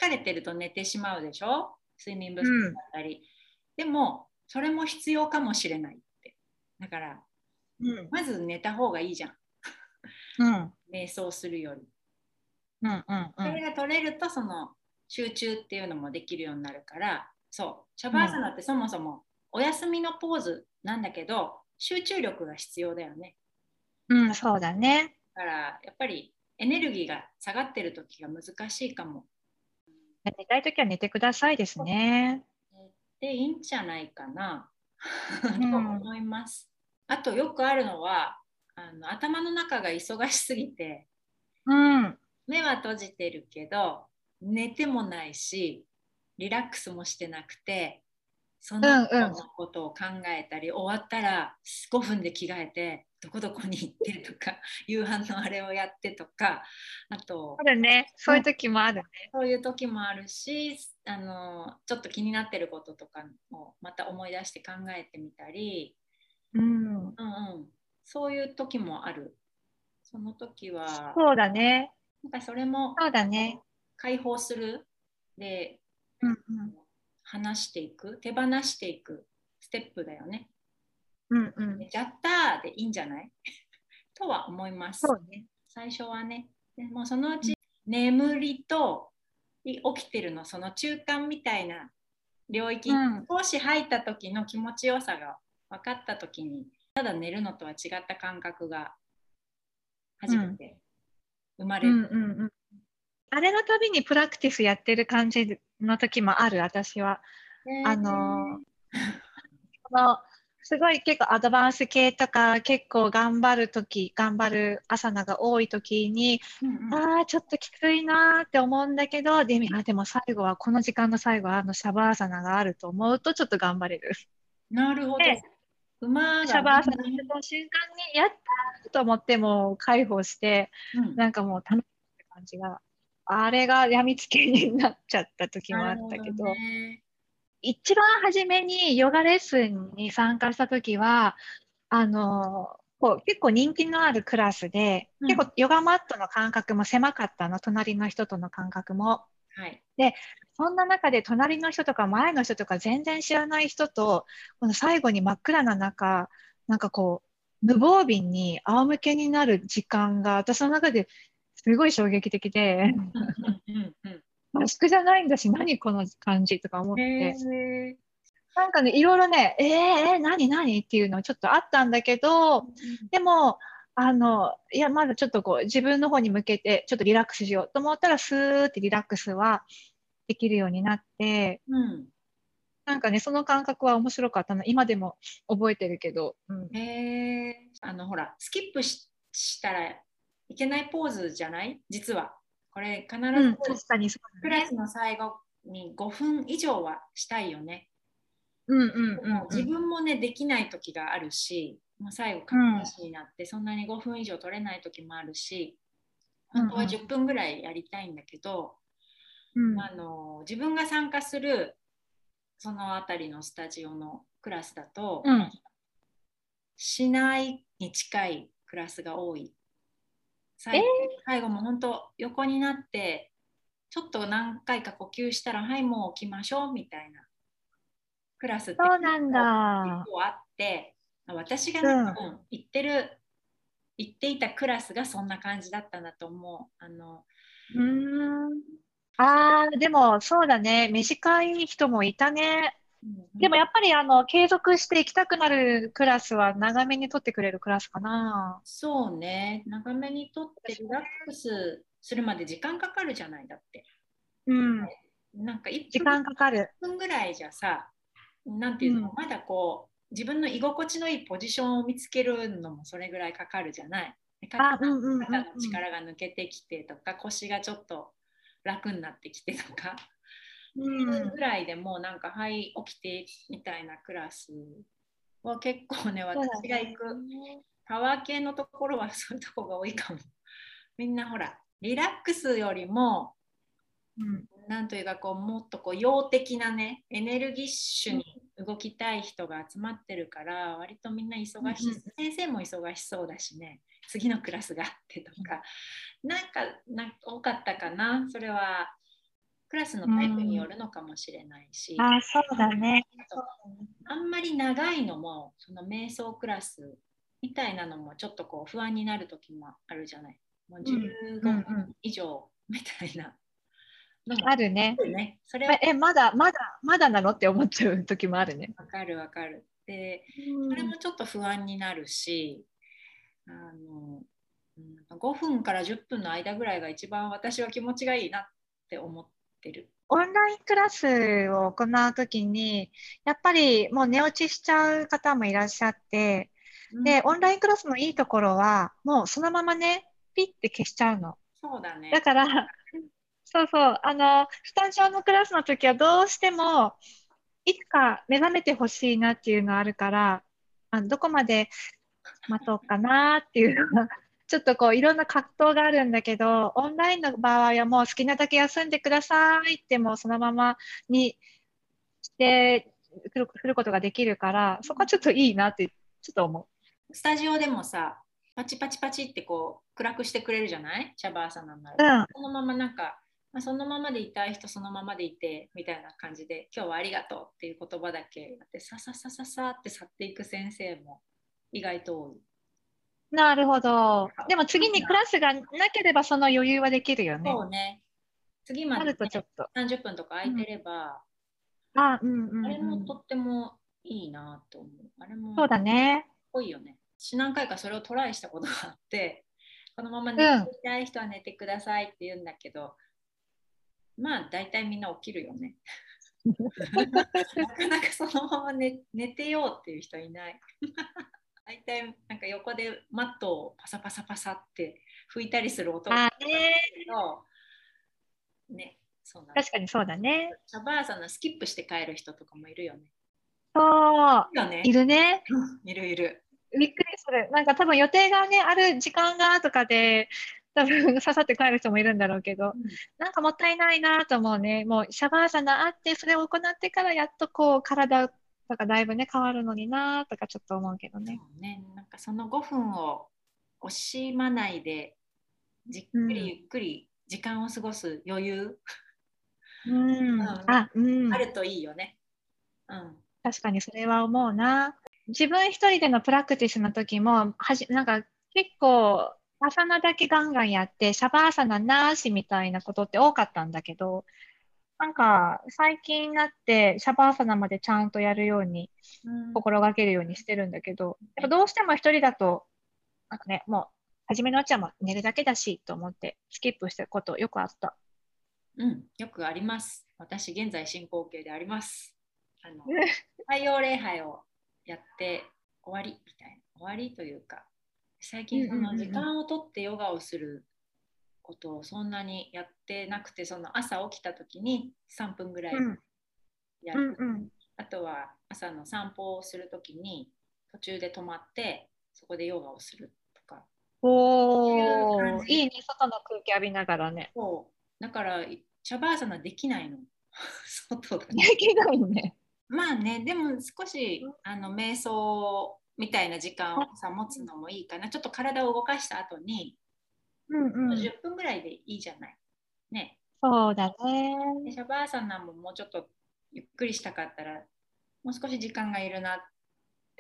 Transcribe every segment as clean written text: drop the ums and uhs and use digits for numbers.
疲れてると寝てしまうでしょ、睡眠不足だったり、でもそれも必要かもしれないって。だから、まず寝た方がいいじゃん、瞑想するより。それが取れるとその集中っていうのもできるようになるから、そうシャバーサナってそもそもお休みのポーズなんだけど集中力が必要だよね。 そうだね。 だからやっぱりエネルギーが下がってる時が難しいかも。 寝たいときは寝てくださいですね。 でいいんじゃないかなと思います。あとよくあるのは頭の中が忙しすぎて、目は閉じてるけど寝てもないしリラックスもしてなくて、その後のことを考えたり、終わったら5分で着替えてどこどこに行ってとか夕飯のあれをやってとか、あとあるね、そういう時もあるね。 そういう時もあるし、ちょっと気になってることとかもまた思い出して考えてみたり、そういう時もある。その時はそうだね。 なんかそれもそうだね。 解放するで、話していく、手放していくステップだよね。寝ちゃったでいいんじゃないとは思います。 そうね。 最初はね。でもそのうち眠りと起きてるのその中間みたいな領域、少し入った時の気持ちよさが分かった時に、ただ寝るのとは違った感覚が初めて生まれる。 あれのたびにプラクティスやってる感じの時もある、私は。すごい結構アドバンス系とか、結構頑張る朝菜が多い時に、ちょっときついなーって思うんだけど、でも最後は、この時間の最後はシャバーサナがあると思うと、ちょっと頑張れる。 なるほど。 で、 馬がシャバーサナの瞬間に、やったーと思ってもう解放して、なんかもう楽しい感じが、あれが病みつきになっちゃった時もあったけど、一番初めにヨガレッスンに参加した時は、結構人気のあるクラスで、結構ヨガマットの間隔も狭かったの、隣の人との間隔も。で、そんな中で隣の人とか前の人とか全然知らない人と、この最後に真っ暗な中、なんか無防備に仰向けになる時間が、私の中ですごい衝撃的で、マスクじゃないんだし、何この感じとか思って。なんかね、いろいろね、何っていうのちょっとあったんだけど、でも、いや、まだちょっと自分の方に向けて、ちょっとリラックスしようと思ったら、スーってリラックスはできるようになって、なんかね、その感覚は面白かったの。今でも覚えてるけど。 ほら、スキップしたらいけないポーズじゃない実は。これ必ず、 確かにそうクラスの最後に5分以上はしたいよね。自分もね、できない時があるし、もう最後、駆け出しになって、そんなに5分以上取れない時もあるし、本当は10分ぐらいやりたいんだけど、自分が参加するそのあたりのスタジオのクラスだと、しないに近いクラスが多い。最後も本当横になってちょっと何回か呼吸したらはいもう起きましょうみたいなクラスって結構あって、私がね、行っていたクラスがそんな感じだったんだと思う。 でもそうだね、短い人もいたね。でもやっぱり継続して行きたくなるクラスは長めに取ってくれるクラスかな。 そうね、長めに取ってリラックスするまで時間かかるじゃないだって。なんか時間かかる。 1分ぐらいじゃさ、なんていうの、まだ自分の居心地のいいポジションを見つけるのもそれぐらいかかるじゃない。肩の力が抜けてきてとか、腰がちょっと楽になってきてとか、ぐらいでもうなんかはい起きてみたいなクラスは結構ね、私が行くパワー系のところはそういうとこが多いかも。みんなほらリラックスよりも、なんというかもっと陽的なねエネルギッシュに動きたい人が集まってるから、割とみんな忙しい、先生も忙しそうだしね、次のクラスがあってとか、なんか多かったかな。それはクラスのタイプによるのかもしれないし、 あ、そうだね。 あんまり長いのもその瞑想クラスみたいなのもちょっとこう不安になる時もあるじゃない。もう15分以上みたいなのもあるね。 それをまだなのって思っちゃう時もあるね。 わかるわかる。で、それもちょっと不安になるし、5分から10分の間ぐらいが一番私は気持ちがいいなって思ってる。 オンラインクラスを行うときに、やっぱりもう寝落ちしちゃう方もいらっしゃって、で、オンラインクラスのいいところは、もうそのままね、ピッて消しちゃうの。 そうだね。 だから、そうそう、スタジオのクラスの時はどうしても、いつか目覚めてほしいなっていうのあるから、どこまで待とうかなっていうのは、ちょっとこういろんな葛藤があるんだけど、オンラインの場合はもう好きなだけ休んでくださいってもうそのままにしてくることができるから、そこはちょっといいなってちょっと思う。スタジオでもさ、パチパチパチってこう暗くしてくれるじゃない？シャバーサナになる。そのままなんか、そのままでいたい人そのままでいてみたいな感じで、今日はありがとうっていう言葉だけやって、さささささって去っていく先生も意外と多い。 なるほど。でも次にクラスがなければその余裕はできるよね。 そうね。次まで、ね、 あるとちょっと。 30分とか空いてれば、 あれもとってもいいなと思う。あれもそうだね。 濃いよね。私何回かそれをトライしたことがあって、このまま寝ていたい人は寝てくださいって言うんだけど、まあ大体みんな起きるよね。なかなかそのまま寝てようっていう人いない。大体なんか横でマットをパサパサパサって拭いたりする音があるけど、ね、そうなん確かにそうだね。 シャバーサナスキップして帰る人とかもいるよね。 そう、 いるよね。 いるね。 いるいる。 びっくりする。なんか多分予定がね、ある時間がとかで、多分刺さって帰る人もいるんだろうけど、なんかもったいないなと思うね。もうシャバーサナあって、それを行ってからやっとこう体とかだいぶね、変わるのになとかちょっと思うけどね。 そうね、なんかその5分を惜しまないで、じっくりゆっくり時間を過ごす余裕、あるといいよね。 確かにそれは思うな。自分一人でのプラクティスの時も、なんか結構、アサナだけガンガンやって、シャバーサナなしみたいなことって多かったんだけど、なんか最近になってシャバーサナまでちゃんとやるように、心がけるようにしてるんだけど、やっぱどうしても一人だと、なんかね、もう、初めのうちはもう寝るだけだしと思ってスキップしてることよくあった。 よくあります。私、現在進行形であります。太陽礼拝をやって終わりみたいな。終わりというか、最近その時間をとってヨガをすることをそんなにやってなくて、その朝起きた時に3分ぐらいやる。あとは朝の散歩をする時に途中で止まってそこでヨガをするとか。 おー、いいね、外の空気浴びながらね。 そうだからシャバーサナできないの。外だね。 できないね。 まあね、でも少し瞑想みたいな時間をさ持つのもいいかな。ちょっと体を動かした後に、10分ぐらいでいいじゃない。ね。 そうだね。 シャバーサナももうちょっとゆっくりしたかったら、もう少し時間がいるなって、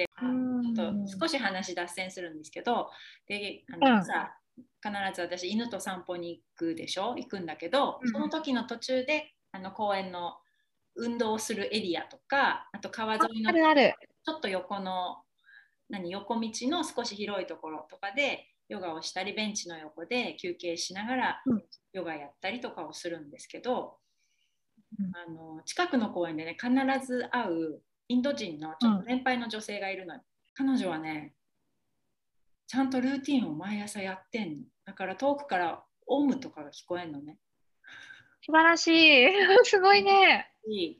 ちょっと少し話脱線するんですけど、で朝必ず私犬と散歩に行くでしょ、行くんだけど、その時の途中で公園の運動するエリアとか、あと川沿いのちょっと横の横道の少し広いところとかでヨガをしたり、ベンチの横で休憩しながらヨガやったりとかをするんですけど、近くの公園でね、必ず会うインド人のちょっと年配の女性がいるのよ。彼女はね、ちゃんとルーティンを毎朝やってんの。だから遠くからオウムとかが聞こえんのね。 素晴らしい。すごいね。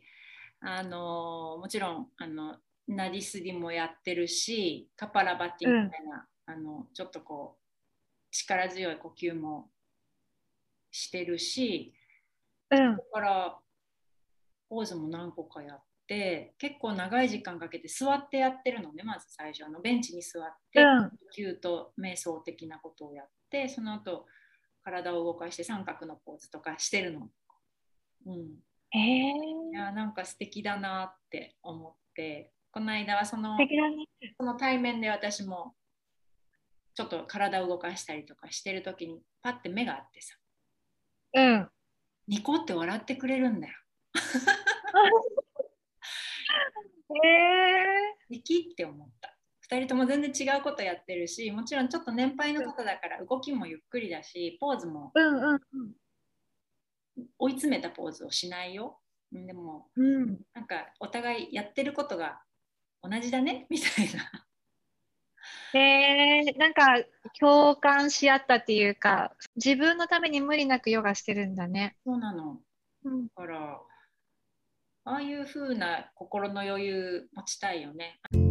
もちろんナディスリもやってるし、カパラバティみたいな、ちょっとこう力強い呼吸もしてるし、そこからポーズも何個かやって、結構長い時間かけて座ってやってるのね。まず最初ベンチに座って呼吸と瞑想的なことをやって、その後体を動かして三角のポーズとかしてるの。 うん、いやなんか素敵だなって思って、この間はその対面で私もちょっと体を動かしたりとかしてる時にパッて目があってさ、 うん、 ニコって笑ってくれるんだよ。素敵って思った。2人とも全然違うことやってるし、もちろんちょっと年配の方だから動きもゆっくりだし、ポーズも追い詰めたポーズをしないよ。でも、なんかお互いやってることが同じだねみたいな。 なんか共感し合ったっていうか、自分のために無理なくヨガしてるんだね。 そうなの。だから、ああいう風な心の余裕持ちたいよね。